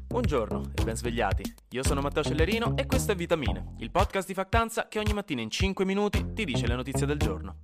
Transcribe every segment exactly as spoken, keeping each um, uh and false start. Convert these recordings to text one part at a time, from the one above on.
Buongiorno e ben svegliati. Io sono Matteo Cellerino e questo è Vitamine, il podcast di Factanza che ogni mattina in cinque minuti ti dice le notizie del giorno.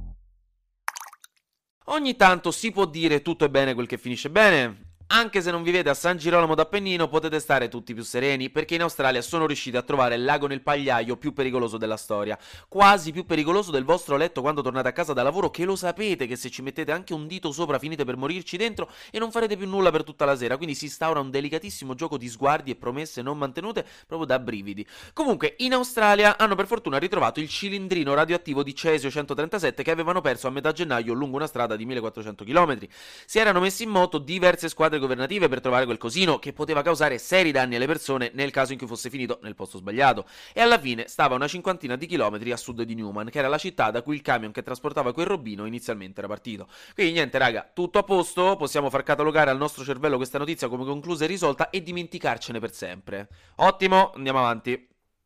Ogni tanto si può dire tutto è bene quel che finisce bene. Anche se non vivete a San Girolamo d'Appennino potete stare tutti più sereni perché in Australia sono riusciti a trovare il lago nel pagliaio più pericoloso della storia, quasi più pericoloso del vostro letto quando tornate a casa da lavoro, che lo sapete che se ci mettete anche un dito sopra finite per morirci dentro e non farete più nulla per tutta la sera, quindi si instaura un delicatissimo gioco di sguardi e promesse non mantenute proprio da brividi. Comunque in Australia hanno per fortuna ritrovato il cilindrino radioattivo di cesio centotrentasette che avevano perso a metà gennaio lungo una strada di millequattrocento chilometri. Si erano messi in moto diverse squadre governative per trovare quel cosino che poteva causare seri danni alle persone nel caso in cui fosse finito nel posto sbagliato, e alla fine stava a una cinquantina di chilometri a sud di Newman, che era la città da cui il camion che trasportava quel robino inizialmente era partito. Quindi niente raga, tutto a posto, possiamo far catalogare al nostro cervello questa notizia come conclusa e risolta e dimenticarcene per sempre. Ottimo, andiamo avanti.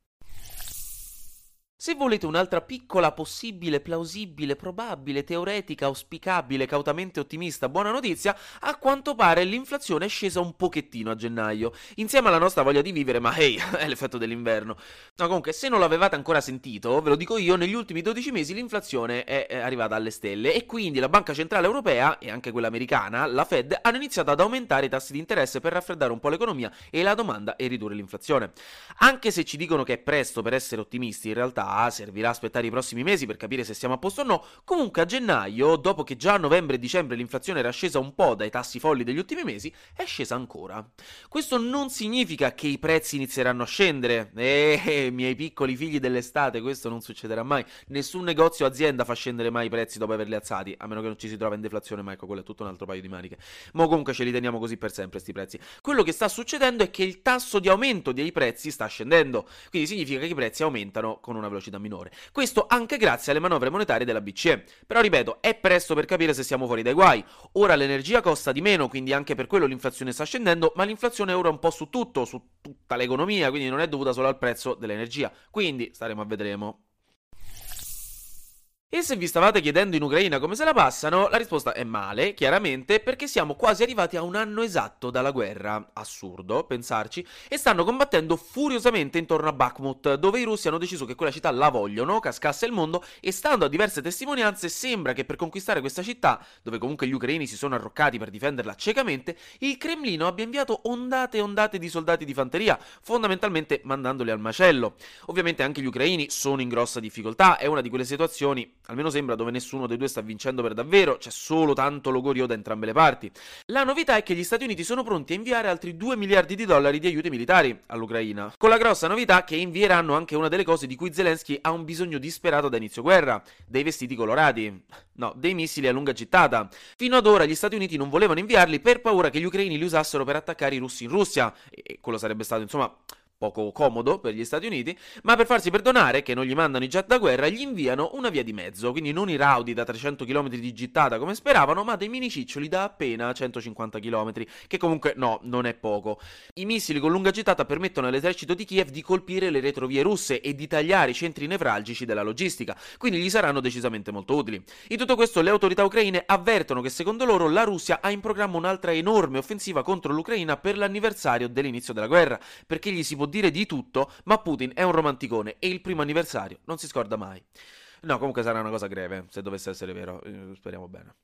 Se volete un'altra piccola, possibile, plausibile, probabile, teoretica, auspicabile, cautamente ottimista buona notizia, a quanto pare l'inflazione è scesa un pochettino a gennaio, insieme alla nostra voglia di vivere, ma hey, è l'effetto dell'inverno. No, comunque, se non l'avevate ancora sentito, ve lo dico io, negli ultimi dodici mesi l'inflazione è arrivata alle stelle e quindi la Banca Centrale Europea, e anche quella americana, la Fed, hanno iniziato ad aumentare i tassi di interesse per raffreddare un po' l'economia e la domanda e ridurre l'inflazione. Anche se ci dicono che è presto per essere ottimisti, in realtà servirà aspettare i prossimi mesi per capire se siamo a posto o no. Comunque a gennaio, dopo che già a novembre e dicembre l'inflazione era scesa un po' dai tassi folli degli ultimi mesi, è scesa ancora. Questo non significa che i prezzi inizieranno a scendere. Eh, miei piccoli figli dell'estate, questo non succederà mai. Nessun negozio o azienda fa scendere mai i prezzi dopo averli alzati, a meno che non ci si trova in deflazione, ma ecco, quello è tutto un altro paio di maniche. Ma comunque ce li teniamo così per sempre sti prezzi. Quello che sta succedendo è che il tasso di aumento dei prezzi sta scendendo, quindi significa che i prezzi aumentano con una velocità minore. Questo anche grazie alle manovre monetarie della B C E. Però ripeto, è presto per capire se siamo fuori dai guai. Ora l'energia costa di meno, quindi anche per quello l'inflazione sta scendendo, ma l'inflazione ora è un po' su tutto, su tutta l'economia, quindi non è dovuta solo al prezzo dell'energia. Quindi staremo a vedremo. E se vi stavate chiedendo in Ucraina come se la passano, la risposta è male, chiaramente, perché siamo quasi arrivati a un anno esatto dalla guerra. Assurdo, pensarci. E stanno combattendo furiosamente intorno a Bakhmut, dove i russi hanno deciso che quella città la vogliono, cascasse il mondo, e stando a diverse testimonianze sembra che per conquistare questa città, dove comunque gli ucraini si sono arroccati per difenderla ciecamente, il Cremlino abbia inviato ondate e ondate di soldati di fanteria, fondamentalmente mandandoli al macello. Ovviamente anche gli ucraini sono in grossa difficoltà, è una di quelle situazioni, almeno sembra, dove nessuno dei due sta vincendo per davvero, c'è solo tanto logorio da entrambe le parti. La novità è che gli Stati Uniti sono pronti a inviare altri due miliardi di dollari di aiuti militari all'Ucraina, con la grossa novità che invieranno anche una delle cose di cui Zelensky ha un bisogno disperato da inizio guerra: dei vestiti colorati. No, dei missili a lunga gittata. Fino ad ora gli Stati Uniti non volevano inviarli per paura che gli ucraini li usassero per attaccare i russi in Russia, e quello sarebbe stato, insomma, poco comodo per gli Stati Uniti, ma per farsi perdonare che non gli mandano i jet da guerra gli inviano una via di mezzo, quindi non i Rowdy da trecento chilometri di gittata come speravano, ma dei mini ciccioli da appena centocinquanta chilometri, che comunque no, non è poco. I missili con lunga gittata permettono all'esercito di Kiev di colpire le retrovie russe e di tagliare i centri nevralgici della logistica, quindi gli saranno decisamente molto utili. In tutto questo le autorità ucraine avvertono che secondo loro la Russia ha in programma un'altra enorme offensiva contro l'Ucraina per l'anniversario dell'inizio della guerra, perché gli si può dire di tutto, ma Putin è un romanticone e il primo anniversario non si scorda mai. No, comunque sarà una cosa greve, se dovesse essere vero, speriamo bene.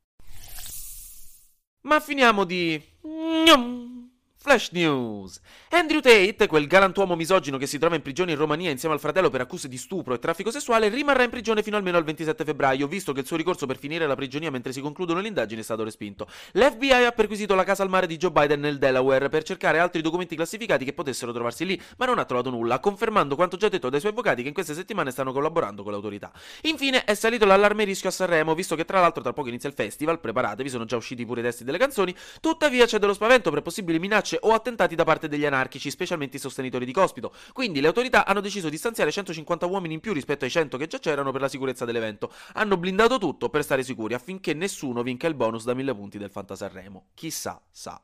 Ma finiamo di Flash News. Andrew Tate, quel galantuomo misogino che si trova in prigione in Romania insieme al fratello per accuse di stupro e traffico sessuale, rimarrà in prigione fino almeno al ventisette febbraio, visto che il suo ricorso per finire la prigionia mentre si concludono le indagini è stato respinto. L'F B I ha perquisito la casa al mare di Joe Biden nel Delaware per cercare altri documenti classificati che potessero trovarsi lì, ma non ha trovato nulla, confermando quanto già detto dai suoi avvocati che in queste settimane stanno collaborando con le autorità. Infine è salito l'allarme rischio a Sanremo, visto che tra l'altro tra poco inizia il festival, preparatevi, sono già usciti pure i testi delle canzoni, tuttavia c'è dello spavento per possibili minacce o attentati da parte degli anarchici, specialmente i sostenitori di Cospito. Quindi le autorità hanno deciso di stanziare centocinquanta uomini in più rispetto ai cento che già c'erano per la sicurezza dell'evento. Hanno blindato tutto per stare sicuri affinché nessuno vinca il bonus da mille punti del Fantasanremo. Chissà, sa.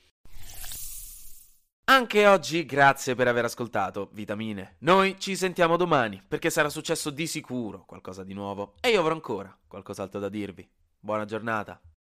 Anche oggi grazie per aver ascoltato Vitamine. Noi ci sentiamo domani, perché sarà successo di sicuro qualcosa di nuovo e io avrò ancora qualcos'altro da dirvi. Buona giornata.